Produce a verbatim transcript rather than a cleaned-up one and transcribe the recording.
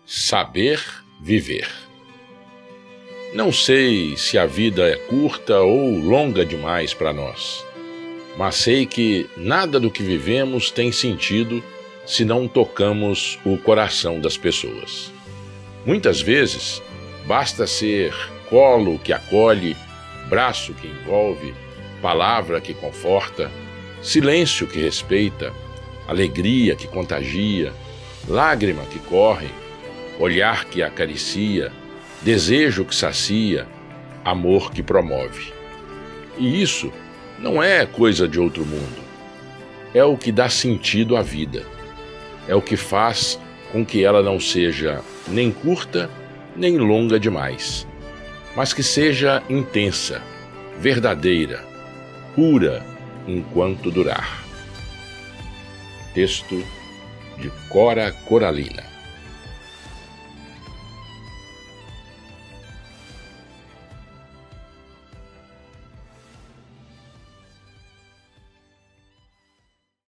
Saber viver. Não sei se a vida é curta ou longa demais para nós, mas sei que nada do que vivemos tem sentido se não tocamos o coração das pessoas. Muitas vezes, basta ser colo que acolhe, braço que envolve, palavra que conforta, silêncio que respeita, alegria que contagia, lágrima que corre, olhar que acaricia, desejo que sacia, amor que promove. E isso não é coisa de outro mundo. É o que dá sentido à vida. É o que faz com que ela não seja nem curta, nem longa demais, mas que seja intensa, verdadeira, pura enquanto durar. Texto de Cora Coralina.